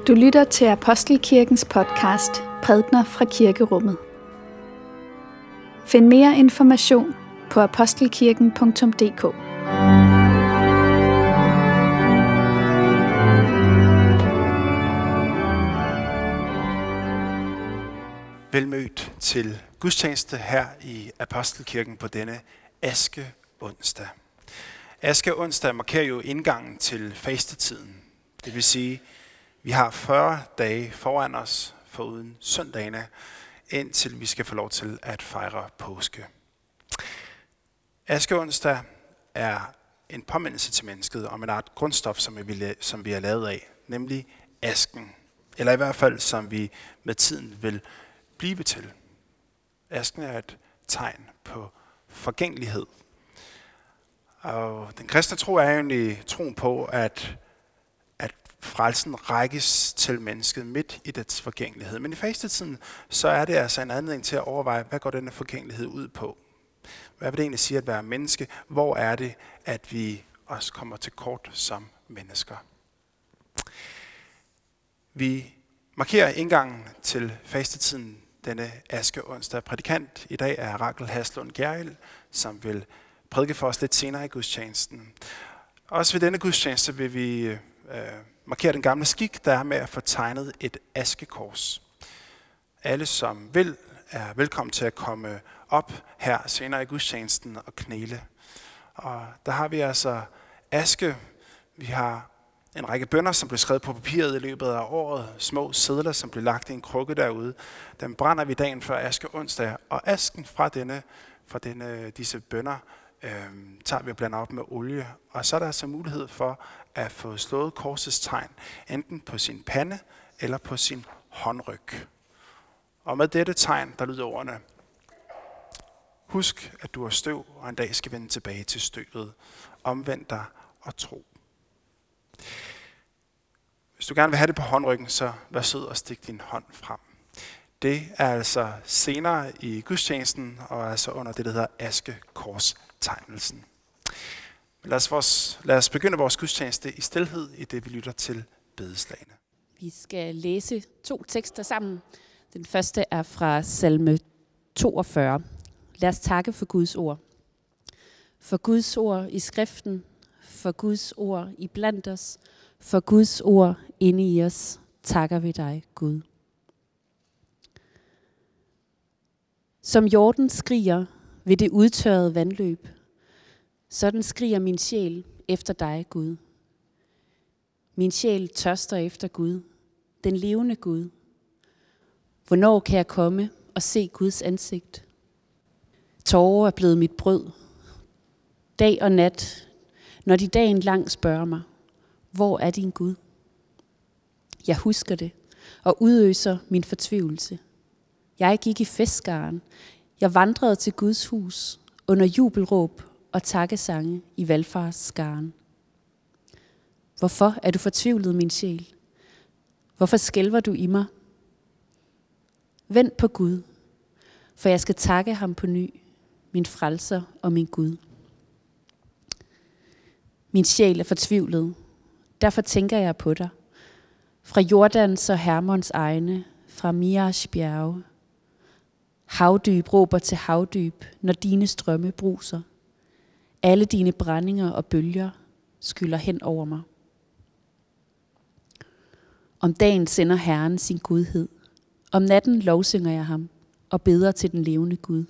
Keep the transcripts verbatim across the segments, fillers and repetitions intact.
Du lytter til Apostelkirkens podcast Prædner fra Kirkerummet. Find mere information på apostelkirken punktum d k. Velmødt til gudstjeneste her i Apostelkirken på denne aske onsdag. Aske onsdag markerer jo indgangen til fastetiden. Det vil sige, vi har fyrre dage foran os foruden søndagene, indtil vi skal få lov til at fejre påske. Aske onsdag er en påmindelse til mennesket om en art grundstof, som vi, som vi er lavet af, nemlig asken. Eller i hvert fald, som vi med tiden vil blive til. Asken er et tegn på forgængelighed. Og den kristne tro er egentlig troen på, at, at frelsen rækkes til mennesket midt i dets forgængelighed. Men i fastetiden, så er det altså en anledning til at overveje, hvad går denne forgængelighed ud på? Hvad vil det egentlig sige at være menneske? Hvor er det, at vi også kommer til kort som mennesker? Vi markerer indgangen til fastetiden denne aske onsdag. Prædikant i dag er Rakel Haslund Gjerrild, som vil prædike for os lidt senere i gudstjenesten. Også ved denne gudstjeneste vil vi øh, markere den gamle skik, der er med at få tegnet et askekors. Alle, som vil, er velkommen til at komme op her senere i gudstjenesten og knæle. Og der har vi altså aske. Vi har en række bønner, som blev skrevet på papiret i løbet af året. Små sedler, som blev lagt i en krukke derude. Dem brænder vi dagen før aske onsdag. Og asken fra, denne, fra denne, disse bønner øh, tager vi og blander op med olie. Og så er der altså mulighed for at få slået korsets tegn, enten på sin pande eller på sin håndryg. Og med dette tegn, der lyder ordene: husk, at du er støv, og en dag skal vende tilbage til støvet. Omvend dig og tro. Hvis du gerne vil have det på håndryggen, så vær sød og stik din hånd frem. Det er altså senere i gudstjenesten, og altså under det, der hedder askekorstegnelsen. Lad os, vores, lad os begynde vores gudstjeneste i stilhed, i det vi lytter til bedeslagene. Vi skal læse to tekster sammen. Den første er fra salme toogfyrre. Lad os takke for Guds ord. For Guds ord i skriften, for Guds ord i blandt os, for Guds ord inde i os, takker vi dig, Gud. Som jorden skriger ved det udtørrede vandløb, sådan skriger min sjæl efter dig, Gud. Min sjæl tørster efter Gud, den levende Gud. Hvornår kan jeg komme og se Guds ansigt? Tårer er blevet mit brød. Dag og nat, når de dagen lang spørger mig, hvor er din Gud? Jeg husker det og udøser min fortvivlelse. Jeg gik i festskaren. Jeg vandrede til Guds hus under jubelråb og takkesange i valfartsskaren. Hvorfor er du fortvivlet, min sjæl? Hvorfor skælver du i mig? Vend på Gud, for jeg skal takke ham på ny, min frelser og min Gud. Min sjæl er fortvivlet, derfor tænker jeg på dig. Fra Jordans og Hermons egne, fra Mias bjerge. Havdyb råber til havdyb, når dine strømme bruser. Alle dine brændinger og bølger skyller hen over mig. Om dagen sender Herren sin godhed. Om natten lovsynger jeg ham og beder til den levende Gud.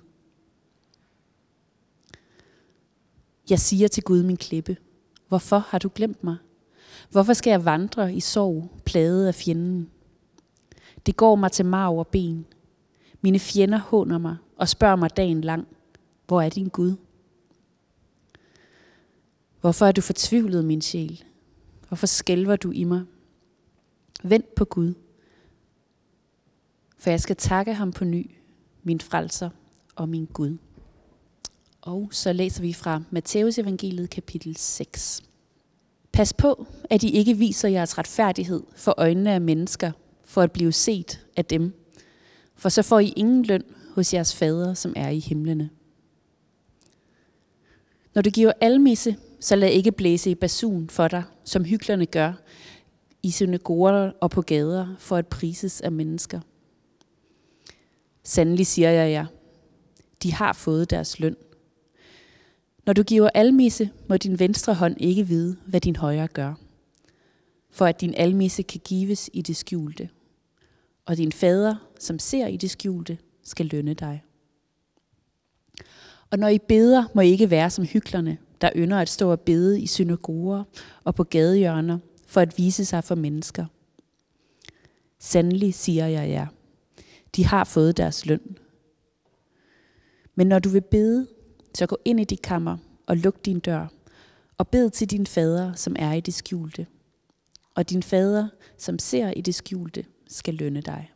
Jeg siger til Gud, min klippe, hvorfor har du glemt mig? Hvorfor skal jeg vandre i sorg, plaget af fjenden? Det går mig til marv og ben. Mine fjender håner mig og spørger mig dagen lang, hvor er din Gud? Hvorfor er du fortvivlet, min sjæl? Hvorfor skælver du i mig? Vend på Gud, for jeg skal takke ham på ny, min frelser og min Gud. Og så læser vi fra Matteus evangeliet kapitel seks. Pas på, at I ikke viser jeres retfærdighed for øjnene af mennesker, for at blive set af dem. For så får I ingen løn hos jeres fader, som er i himlene. Når du giver almisse, så lad ikke blæse i basun for dig, som hyklerne gør, i synagoger og på gader for at prises af mennesker. Sandelig siger jeg jer, de har fået deres løn. Når du giver almisse, må din venstre hånd ikke vide, hvad din højre gør, for at din almisse kan gives i det skjulte. Og din fader, som ser i det skjulte, skal lønne dig. Og når I beder, må I ikke være som hyklerne, der ynder at stå og bede i synagoger og på gadehjørner, for at vise sig for mennesker. Sandelig siger jeg jer, de har fået deres løn. Men når du vil bede, så gå ind i dit kammer og luk din dør, og bed til din fader, som er i det skjulte. Og din fader, som ser i det skjulte, skal lønne dig.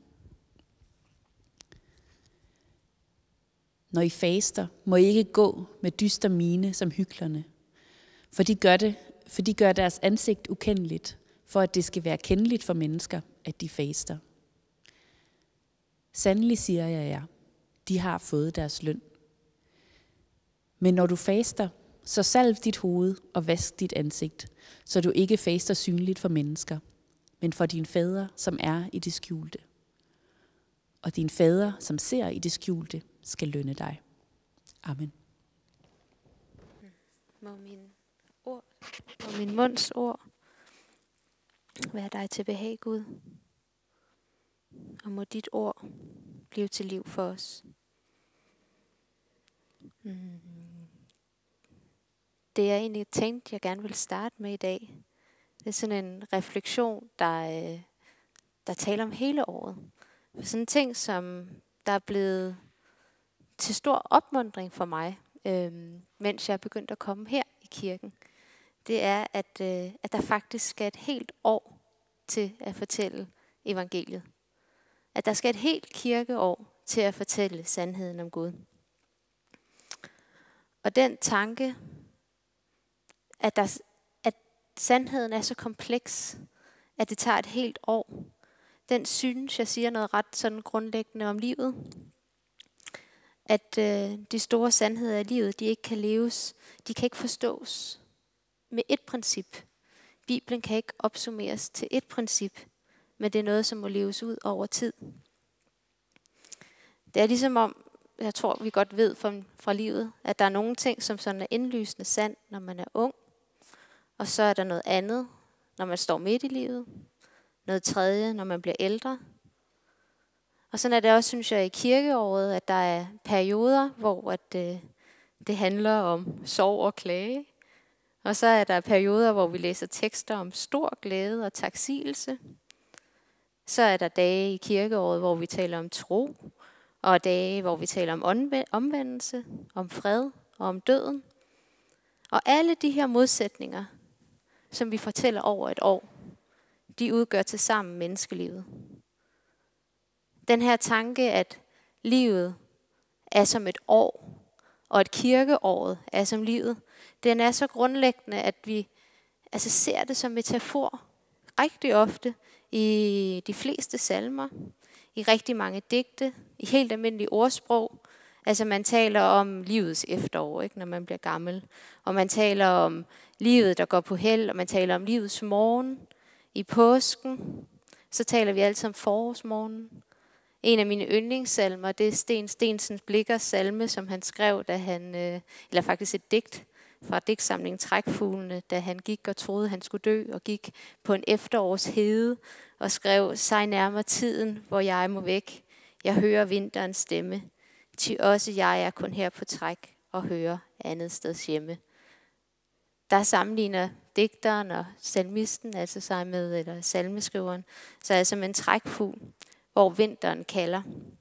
Når I faster, må I ikke gå med dyster mine som hyklerne, for de gør det, for de gør deres ansigt ukendeligt, for at det skal være kendeligt for mennesker, at de faster. Sandelig siger jeg jer, de har fået deres løn. Men når du faster, så salv dit hoved og vask dit ansigt, så du ikke faster synligt for mennesker, men for din fader, som er i det skjulte. Og din fader, som ser i det skjulte, skal lønne dig. Amen. Må min ord, må min munds ord være dig til behag, Gud. Og må dit ord blive til liv for os. Mm. Det jeg egentlig tænkte, jeg gerne vil starte med i dag, det er sådan en refleksion, der, der taler om hele året. Sådan en ting, som der er blevet til stor opmuntring for mig, øh, mens jeg er begyndt at komme her i kirken, det er, at, øh, at der faktisk skal et helt år til at fortælle evangeliet. At der skal et helt kirkeår til at fortælle sandheden om Gud. Og den tanke, at, der, at sandheden er så kompleks, at det tager et helt år, den synes, jeg siger noget ret sådan grundlæggende om livet. At øh, de store sandheder af livet, de ikke kan leves, de kan ikke forstås med et princip. Bibelen kan ikke opsummeres til et princip, men det er noget, som må leves ud over tid. Det er ligesom om, jeg tror, vi godt ved fra, fra livet, at der er nogle ting, som sådan er indlysende sand, når man er ung, og så er der noget andet, når man står midt i livet, noget tredje, når man bliver ældre. Og sådan er det også, synes jeg, i kirkeåret, at der er perioder, hvor at, øh, det handler om sorg og klage. Og så er der perioder, hvor vi læser tekster om stor glæde og taksigelse. Så er der dage i kirkeåret, hvor vi taler om tro, og dage, hvor vi taler om omvendelse, om fred og om døden. Og alle de her modsætninger, som vi fortæller over et år, de udgør til sammen menneskelivet. Den her tanke, at livet er som et år, og at kirkeåret er som livet, den er så grundlæggende, at vi altså ser det som metafor rigtig ofte i de fleste salmer, i rigtig mange digte, i helt almindelige ordsprog. Altså man taler om livets efterår, ikke, når man bliver gammel. Og man taler om livet, der går på held, og man taler om livets morgen. I påsken, så taler vi altid om forårsmorgen. En af mine yndlingssalmer, det er Sten Stensens Blikkers salme, som han skrev, da han, eller faktisk et digt fra digtsamlingen Trækfuglene, da han gik og troede, han skulle dø, og gik på en efterårshede og skrev, sej nærmer tiden, hvor jeg må væk. Jeg hører vinterens stemme, til også jeg er kun her på træk og hører andet sted hjemme. Der sammenligner digteren og salmisten, altså sig med, eller salmeskriveren, så altså med en trækfugl, hvor vinteren kalder.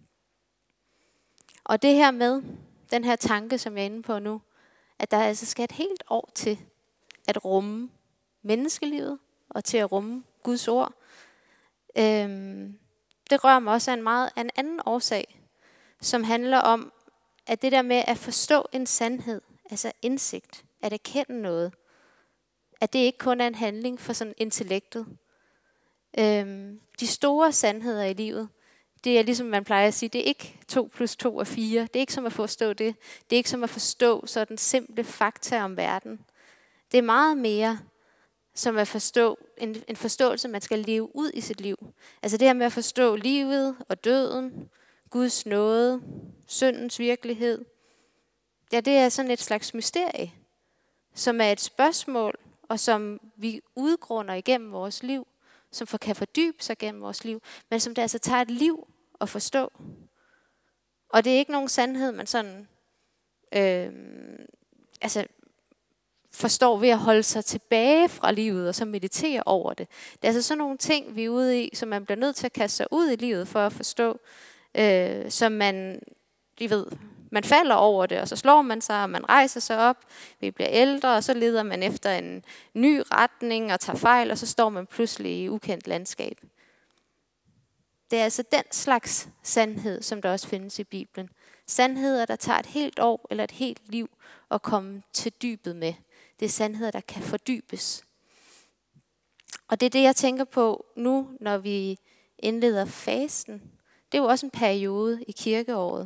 Og det her med, den her tanke, som jeg er inde på nu, at der altså skal et helt år til at rumme menneskelivet, og til at rumme Guds ord. Øhm, det rører mig også af en meget af en anden årsag, som handler om, at det der med at forstå en sandhed, altså indsigt, at erkende noget, at det ikke kun er en handling for sådan intellektet. Øhm, de store sandheder i livet, det er ligesom man plejer at sige, det er ikke to plus to er fire. Det er ikke som at forstå det. Det er ikke som at forstå sådan simple fakta om verden. Det er meget mere som at forstå, en, en forståelse, man skal leve ud i sit liv. Altså det her med at forstå livet og døden, Guds nåde, syndens virkelighed. Ja, det er sådan et slags mysterie, som er et spørgsmål, og som vi udgrunder igennem vores liv, som for, kan fordybe sig gennem vores liv, men som det altså tager et liv at forstå. Og det er ikke nogen sandhed, man sådan øh, altså forstår ved at holde sig tilbage fra livet, og så meditere over det. Det er altså sådan nogle ting, vi er ude i, som man bliver nødt til at kaste sig ud i livet for at forstå, øh, som man, de ved, man falder over det, og så slår man sig, og man rejser sig op, vi bliver ældre, og så leder man efter en ny retning og tager fejl, og så står man pludselig i ukendt landskab. Det er altså den slags sandhed, som der også findes i Bibelen. Sandheder, der tager et helt år eller et helt liv at komme til dybet med. Det er sandheder, der kan fordybes. Og det er det, jeg tænker på nu, når vi indleder fasten. Det er jo også en periode i kirkeåret.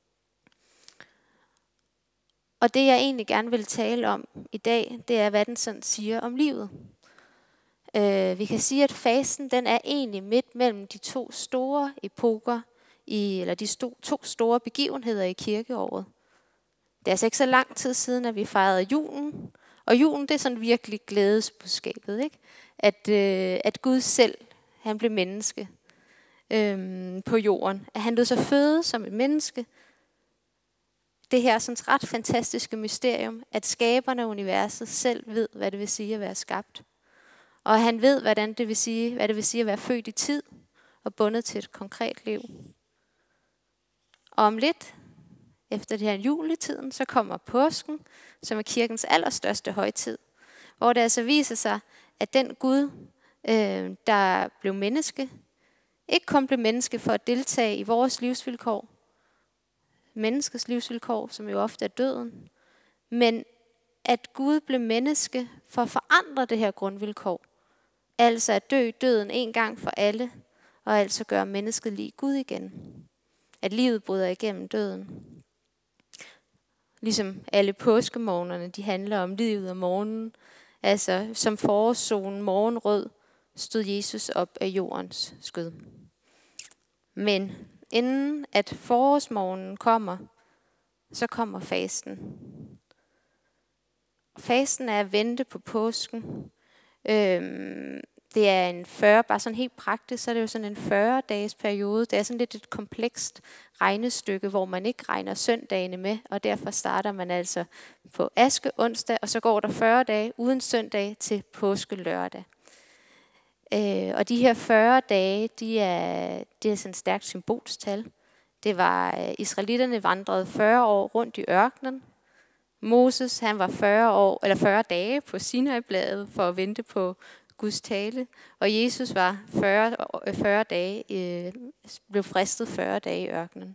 Og det, jeg egentlig gerne vil tale om i dag, det er, hvad den sådan siger om livet. Øh, vi kan sige, at fasten den er egentlig midt mellem de to store epoker, i, eller de sto, to store begivenheder i kirkeåret. Det er altså ikke så lang tid siden, at vi fejrede julen. Og julen, det er sådan virkelig glædesbudskabet, ikke? At, øh, at Gud selv, han blev menneske øh, på jorden. At han lod sig føde som et menneske. Det her sådan ret fantastiske mysterium, at skaberne af universet selv ved, hvad det vil sige at være skabt. Og han ved, hvordan det vil sige, hvad det vil sige at være født i tid og bundet til et konkret liv. Og om lidt, efter det her juletiden, så kommer påsken, som er kirkens allerstørste højtid, hvor det altså viser sig, at den Gud, øh, der blev menneske, ikke kun blev menneske for at deltage i vores livsvilkår, menneskets livsvilkår, som jo ofte er døden, men at Gud blev menneske for at forandre det her grundvilkår. Altså at dø døden en gang for alle, og altså gøre mennesket lig Gud igen. At livet bryder igennem døden. Ligesom alle påskemorgenerne, de handler om livet om morgenen. Altså som forårssolen morgenrød stod Jesus op af jordens skød. Men inden at forårsmorgenen kommer, så kommer fasten. Fasten er at vente på påsken. Øhm, det er en fyrre, bare sådan helt praktisk, så er det jo sådan en fyrre dages periode. Det er sådan lidt et komplekst regnestykke, hvor man ikke regner søndagene med, og derfor starter man altså på aske onsdag, og så går der fyrre dage uden søndag til påske lørdag. Øh, og de her fyrre dage, de er, det er sådan et stærkt symbolstal. Det var, øh, israelitterne vandrede fyrre år rundt i ørkenen. Moses, han var fyrre år eller fyrre dage på Sinai-bladet for at vente på Guds tale, og Jesus var fyrre, fyrre dage, øh, blev fristet fyrre dage i ørkenen.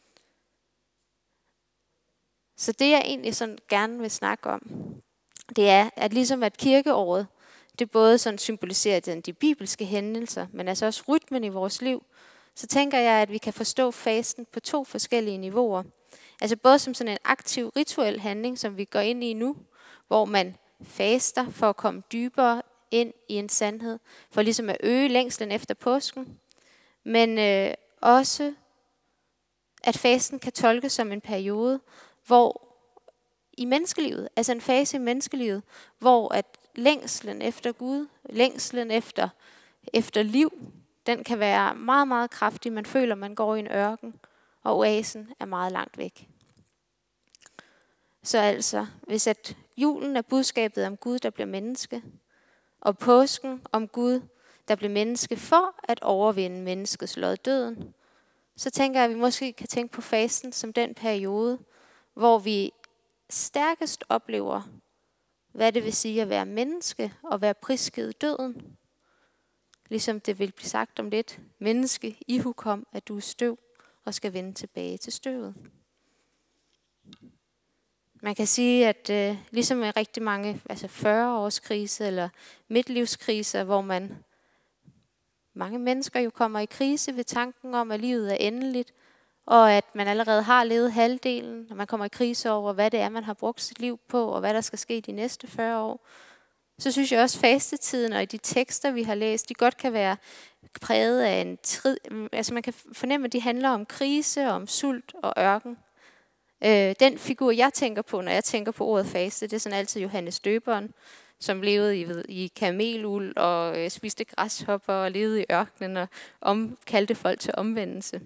Så det jeg egentlig sådan gerne vil snakke om, det er, at ligesom at kirkeåret, det både sådan symboliserer den, de bibelske hændelser, men altså også rytmen i vores liv, så tænker jeg, at vi kan forstå fasten på to forskellige niveauer. Altså både som sådan en aktiv rituel handling, som vi går ind i nu, hvor man faster for at komme dybere ind i en sandhed, for ligesom at øge længslen efter påsken, men øh, også at fasten kan tolkes som en periode, hvor i menneskelivet, altså en fase i menneskelivet, hvor at længslen efter Gud, længslen efter, efter liv, den kan være meget, meget kraftig. Man føler, man går i en ørken, og oasen er meget langt væk. Så altså, hvis at julen er budskabet om Gud, der bliver menneske, og påsken om Gud, der bliver menneske for at overvinde menneskets lod døden, så tænker jeg, at vi måske kan tænke på fasten som den periode, hvor vi stærkest oplever, hvad det vil sige at være menneske og være prisgivet døden. Ligesom det vil blive sagt om lidt, menneske, ihu kom, at du er støv og skal vende tilbage til støvet. Man kan sige, at øh, ligesom med rigtig mange altså fyrre års krise eller midtlivskriser, hvor man mange mennesker jo kommer i krise ved tanken om, at livet er endeligt, og at man allerede har levet halvdelen, og man kommer i krise over, hvad det er, man har brugt sit liv på, og hvad der skal ske de næste fyrre år. så synes jeg også, at fastetiden og de tekster, vi har læst, de godt kan være præget af en trid. Altså man kan fornemme, at de handler om krise, om sult og ørken. Øh, den figur, jeg tænker på, når jeg tænker på ordet faste, det er sådan altid Johannes Døberen, som levede i, ved, i kameluld og øh, spiste græshopper og levede i ørkenen og om, kaldte folk til omvendelse.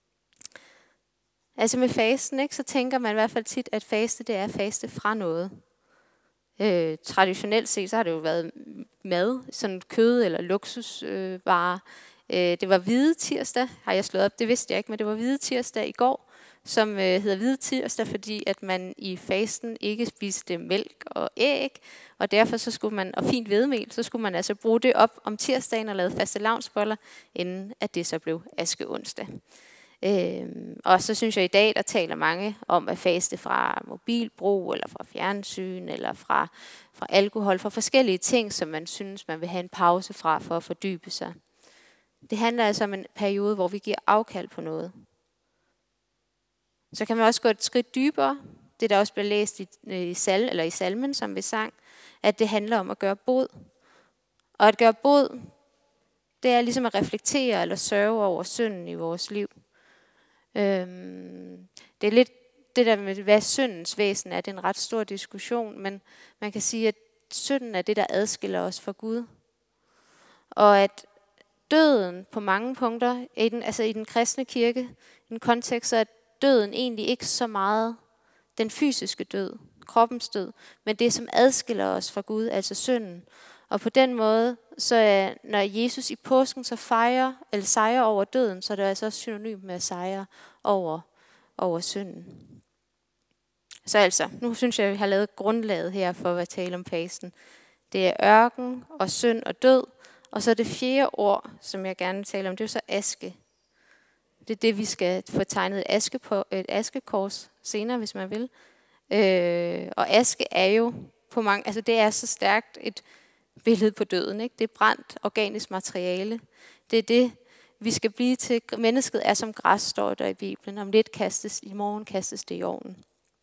Altså med fasten, ikke, så tænker man i hvert fald tit, at faste, det er faste fra noget. Øh, traditionelt set, så har det jo været mad, sådan kød eller luksusvarer. Øh, øh, det var hvide tirsdag, har jeg slået op, det vidste jeg ikke, men det var hvide tirsdag i går, som øh, hedder hvide tirsdag, fordi at man i fasten ikke spiste mælk og æg, og derfor så skulle man, og fint hvedemel, så skulle man altså bruge det op om tirsdagen og lave fastelavnsboller, inden at det så blev askeonsdag. Øhm, og så synes jeg i dag, der taler mange om at faste fra mobilbrug, eller fra fjernsyn, eller fra, fra alkohol, fra forskellige ting, som man synes, man vil have en pause fra for at fordybe sig. Det handler altså om en periode, hvor vi giver afkald på noget. Så kan man også gå et skridt dybere, det der også bliver læst i, i, sal, eller i salmen, som vi sang, at det handler om at gøre bod. Og at gøre bod, det er ligesom at reflektere eller sørge over synden i vores liv. Øhm, det er lidt det der med, hvad syndens væsen er, det er en ret stor diskussion, men man kan sige, at synden er det, der adskiller os fra Gud. Og at døden på mange punkter, i den, altså i den kristne kirke, i den kontekst, så er døden egentlig ikke så meget den fysiske død, kroppens død, men det, som adskiller os fra Gud, altså synden. Og på den måde, så er, når Jesus i påsken så fejrer, eller sejrer over døden, så er det altså også synonymt med at sejre over, over synden. Så altså, nu synes jeg, at vi har lavet grundlaget her for at tale om fasten. Det er ørken og synd og død, og så det fjerde ord, som jeg gerne vil tale om, det er så aske. Det er det, vi skal få tegnet et, aske på, et askekors senere, hvis man vil. Øh, og aske er jo på mange, altså det er så stærkt et billede på døden, ikke? Det er brændt organisk materiale. Det er det, vi skal blive til. Mennesket er som græs, står der i Bibelen. Om lidt kastes, i morgen kastes det i ovnen.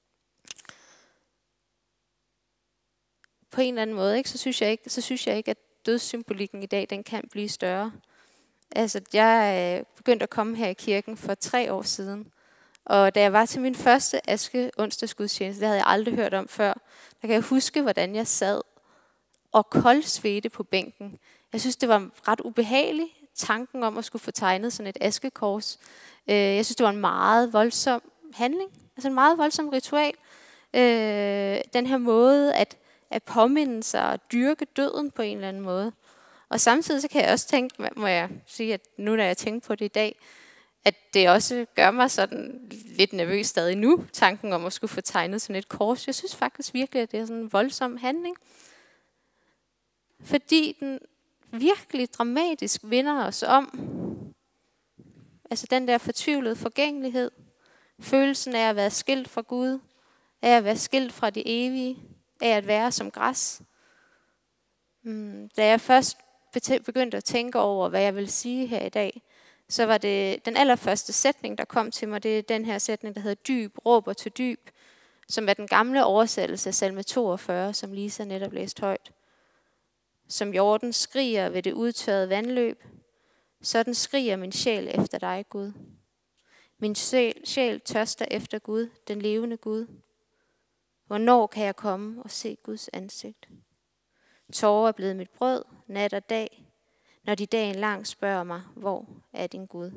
På en eller anden måde, ikke? Så synes jeg ikke, så synes jeg ikke, at dødssymbolikken i dag, den kan blive større. Altså, jeg er begyndt at komme her i kirken for tre år siden. Og da jeg var til min første aske onsdagsgudstjeneste, det havde jeg aldrig hørt om før, der kan jeg huske, hvordan jeg sad og koldsvedte på bænken. Jeg synes, det var ret ubehageligt, tanken om at skulle få tegnet sådan et askekors. Jeg synes, det var en meget voldsom handling, altså en meget voldsom ritual. Den her måde at, at påminde sig og dyrke døden på en eller anden måde. Og samtidig så kan jeg også tænke, må jeg sige, at nu når jeg tænker på det i dag, at det også gør mig sådan lidt nervøs stadig nu, tanken om at skulle få tegnet sådan et kors. Jeg synes faktisk virkelig, at det er sådan en voldsom handling. Fordi den virkelig dramatisk vinder os om. Altså den der fortvivlede forgængelighed. Følelsen af at være skilt fra Gud. Af at være skilt fra det evige. Af at være som græs. Da jeg først begyndte at tænke over, hvad jeg vil sige her i dag, så var det den allerførste sætning, der kom til mig, det er den her sætning, der hedder dyb, råber til dyb, som er den gamle oversættelse af salme toogfyrre, som Lisa netop læste højt. Som jorden skriger ved det udtørrede vandløb, sådan skriger min sjæl efter dig, Gud. Min sjæl, sjæl tørster efter Gud, den levende Gud. Hvornår kan jeg komme og se Guds ansigt? Tårer er blevet mit brød, nat og dag, når de dagen lang spørger mig, hvor er din Gud?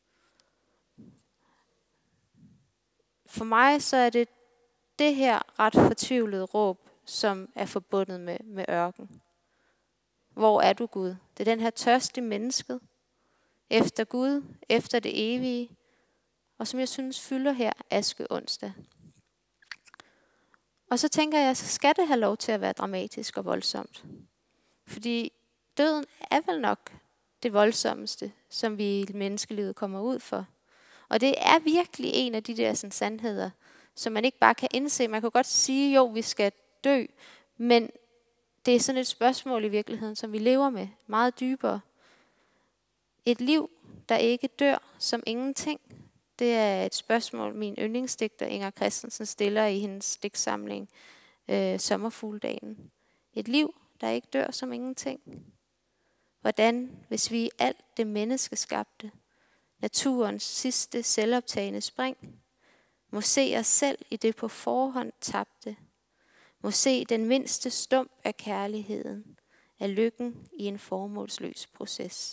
For mig så er det det her ret fortvivlede råb, som er forbundet med, med ørken. Hvor er du, Gud? Det er den her tørst i mennesket, efter Gud, efter det evige, og som jeg synes fylder her aske onsdag. Og så tænker jeg, så skal det have lov til at være dramatisk og voldsomt. Fordi døden er vel nok det voldsomste, som vi i menneskelivet kommer ud for. Og det er virkelig en af de der sådan, sandheder, som man ikke bare kan indse. Man kan godt sige, jo, vi skal dø, men det er sådan et spørgsmål i virkeligheden, som vi lever med meget dybere. Et liv, der ikke dør som ingenting, det er et spørgsmål, min yndlingsdigter Inger Christensen stiller i hendes digtsamling øh, Sommerfugledagen. Et liv, der ikke dør som ingenting? Hvordan, hvis vi i alt det menneskeskabte, naturens sidste selvoptagende spring, må se os selv i det på forhånd tabte, må se den mindste stump af kærligheden, af lykken i en formålsløs proces.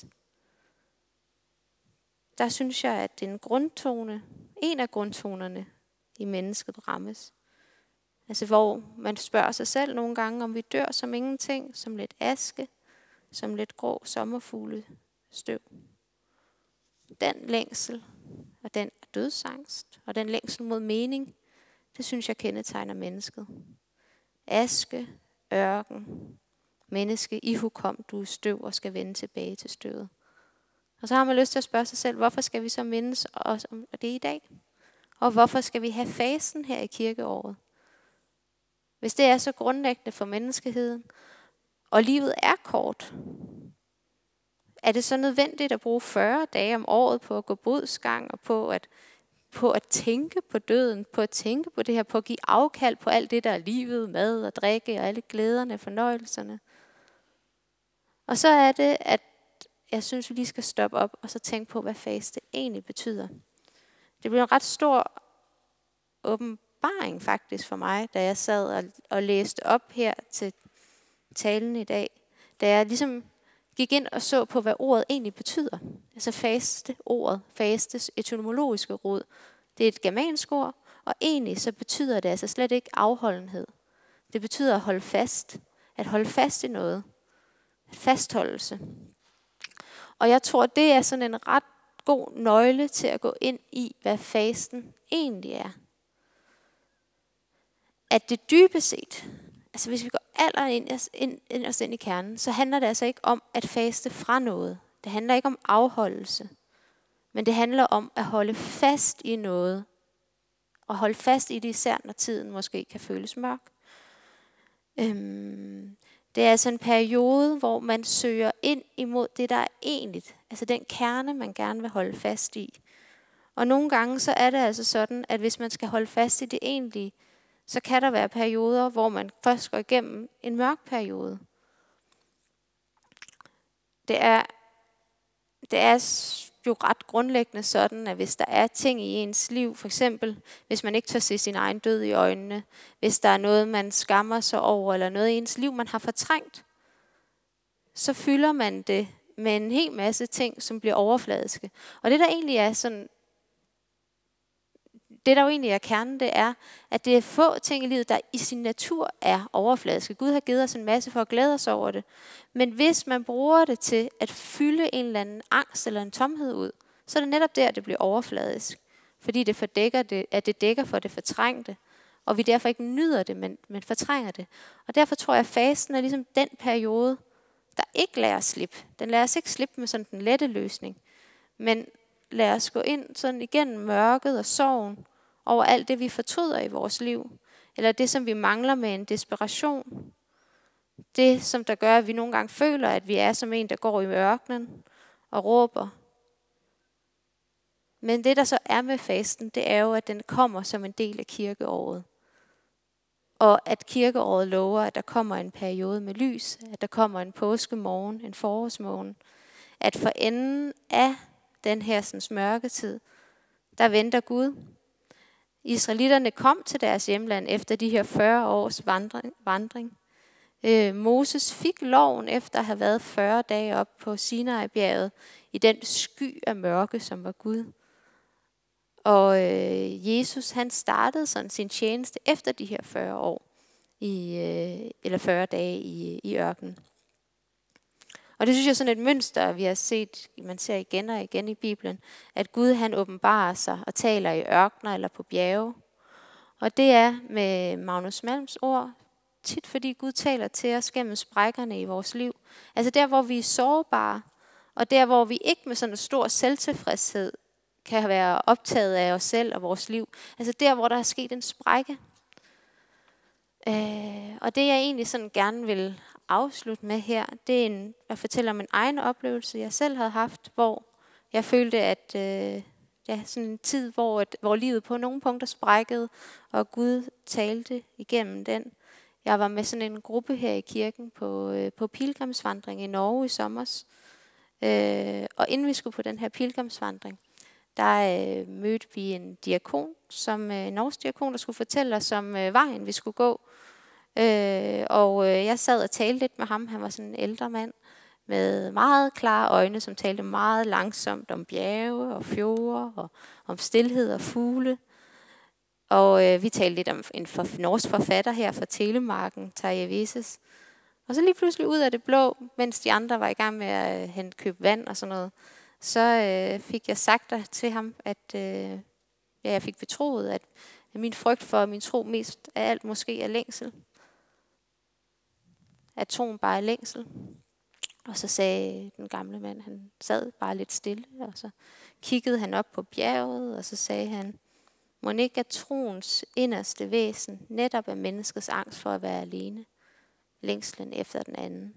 Der synes jeg, at det er en grundtone, en af grundtonerne i mennesket rammes. Altså hvor man spørger sig selv nogle gange, om vi dør som ingenting, som lidt aske, som lidt grå sommerfugle støv. Den længsel, og den dødsangst, og den længsel mod mening, det synes jeg kendetegner mennesket. Aske, ørken, menneske, ihu kom du støv og skal vende tilbage til støvet. Og så har man lyst til at spørge sig selv, hvorfor skal vi så mindes os om det i dag? Og hvorfor skal vi have fasen her i kirkeåret? Hvis det er så grundlæggende for menneskeheden, og livet er kort, er det så nødvendigt at bruge fyrre dage om året på at gå bodsgang og på at, på at tænke på døden, på at tænke på det her, på at give afkald på alt det, der er livet, mad og drikke og alle glæderne og fornøjelserne? Og så er det, at jeg synes, vi lige skal stoppe op og så tænke på, hvad faste egentlig betyder. Det blev en ret stor åbenbaring faktisk for mig, da jeg sad og, og læste op her til talen i dag. Da jeg ligesom gik ind og så på, hvad ordet egentlig betyder. Altså faste, ordet, fastes etymologiske rod. Det er et germansk ord, og egentlig så betyder det altså slet ikke afholdenhed. Det betyder at holde fast. At holde fast i noget. Fastholdelse. Og jeg tror, det er sådan en ret god nøgle til at gå ind i, hvad fasten egentlig er. At det dybest set, altså hvis vi går aller ind, ind, ind, ind i kernen, så handler det altså ikke om at faste fra noget. Det handler ikke om afholdelse. Men det handler om at holde fast i noget. Og holde fast i det især, når tiden måske kan føles mørk. Øhm, det er altså en periode, hvor man søger ind imod det, der er egentligt. Altså den kerne, man gerne vil holde fast i. Og nogle gange så er det altså sådan, at hvis man skal holde fast i det egentlige, så kan der være perioder, hvor man først går igennem en mørk periode. Det er, det er jo ret grundlæggende sådan, at hvis der er ting i ens liv, for eksempel hvis man ikke tør se sin egen død i øjnene, hvis der er noget, man skammer sig over, eller noget i ens liv, man har fortrængt, så fylder man det med en hel masse ting, som bliver overfladiske. Og det der egentlig er sådan, det der jo egentlig er kernen, det er, at det er få ting i livet, der i sin natur er overfladiske. Gud har givet os en masse for at glæde os over det. Men hvis man bruger det til at fylde en eller anden angst eller en tomhed ud, så er det netop der, det bliver overfladisk. Fordi det fordækker det, at det dækker for det fortrængte. Og vi derfor ikke nyder det, men, men fortrænger det. Og derfor tror jeg, at fasten er ligesom den periode, der ikke lader os slippe. Den lader os ikke slippe med sådan den lette løsning. Men lad os gå ind sådan igennem mørket og sorgen over alt det, vi fortryder i vores liv. Eller det, som vi mangler med en desperation. Det, som der gør, at vi nogle gange føler, at vi er som en, der går i ørkenen og råber. Men det, der så er med fasten, det er jo, at den kommer som en del af kirkeåret. Og at kirkeåret lover, at der kommer en periode med lys, at der kommer en påskemorgen, en forårsmorgen. At for enden af den her sådan, mørketid, der venter Gud. Israelitterne kom til deres hjemland efter de her fyrre års vandring. vandring. Øh, Moses fik loven efter at have været fyrre dage op på Sinai-bjerget i den sky af mørke, som var Gud. Og øh, Jesus han startede sådan sin tjeneste efter de her fyrre år, i, øh, eller fyrre dage i, i ørkenen. Og det synes jeg er sådan et mønster, vi har set, man ser igen og igen i Bibelen, at Gud han åbenbarer sig og taler i ørkener eller på bjerge. Og det er med Magnus Malms ord, tit fordi Gud taler til os gennem sprækkerne i vores liv. Altså der, hvor vi er sårbare, og der, hvor vi ikke med sådan en stor selvtilfredshed kan være optaget af os selv og vores liv. Altså der, hvor der er sket en sprække. Øh, og det jeg egentlig sådan gerne vil afslutte med her, det er en, at fortælle om en egen oplevelse, jeg selv havde haft, hvor jeg følte, at øh, ja, sådan en tid, hvor, et, hvor livet på nogle punkter sprækkede, og Gud talte igennem den. Jeg var med sådan en gruppe her i kirken på, øh, på pilgrimsvandring i Norge i sommers. Øh, og inden vi skulle på den her pilgrimsvandring, der øh, mødte vi en diakon, som øh, en norsk diakon, der skulle fortælle os om øh, vejen, vi skulle gå. Øh, og øh, jeg sad og talte lidt med ham. Han var sådan en ældre mand med meget klare øjne, som talte meget langsomt om bjerge og fjorde og om stilhed og fugle. Og øh, vi talte lidt om en for, norsk forfatter her fra Telemarken, Terje Vises. Og så lige pludselig ud af det blå, mens de andre var i gang med at øh, hente købe vand og sådan noget, så øh, fik jeg sagt der til ham, at øh, ja, jeg fik betroet, at min frygt for min tro mest af alt måske er længsel. At troen bare er længsel. Og så sagde den gamle mand, han sad bare lidt stille, og så kiggede han op på bjerget, og så sagde han, må ikke at troens inderste væsen netop er menneskets angst for at være alene, længslen efter den anden.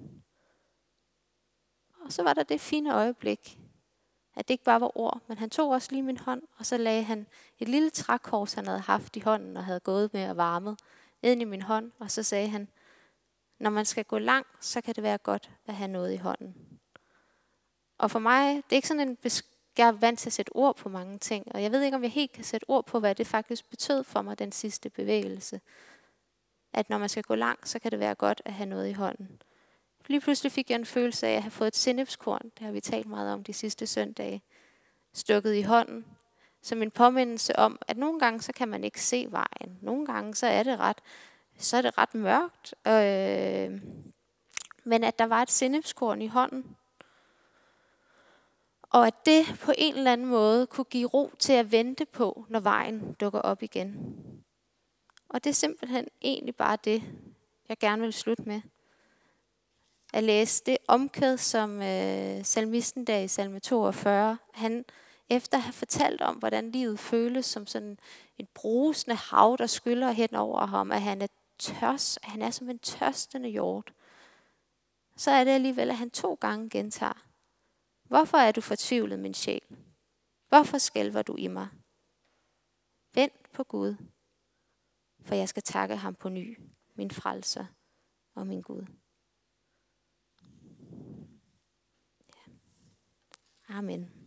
Og så var der det fine øjeblik, at det ikke bare var ord, men han tog også lige min hånd, og så lagde han et lille trækors, han havde haft i hånden, og havde gået med og varmet, ned i min hånd, og så sagde han, når man skal gå langt, så kan det være godt at have noget i hånden. Og for mig, det er ikke sådan en besk- jeg er vant til at sætte ord på mange ting, og jeg ved ikke, om jeg helt kan sætte ord på, hvad det faktisk betød for mig, den sidste bevægelse. At når man skal gå langt, så kan det være godt at have noget i hånden. Lige pludselig fik jeg en følelse af at have fået et sennepskorn, det har vi talt meget om de sidste søndage, stukket i hånden, som en påmindelse om, at nogle gange så kan man ikke se vejen. Nogle gange så er det ret, så er det ret mørkt, øh, men at der var et sennepskorn i hånden, og at det på en eller anden måde kunne give ro til at vente på, når vejen dukker op igen. Og det er simpelthen egentlig bare det, jeg gerne vil slutte med. At læse det omkvæd, som øh, salmisten der i salme toogfyrre, han efter at have fortalt om, hvordan livet føles som sådan en brusende hav, der skyller hen over ham, at han er tørs, at han er som en tørstende hjort, så er det alligevel, at han to gange gentager, hvorfor er du fortvivlet, min sjæl? Hvorfor skælver du i mig? Vent på Gud, for jeg skal takke ham på ny, min frelser og min Gud. Ja. Amen.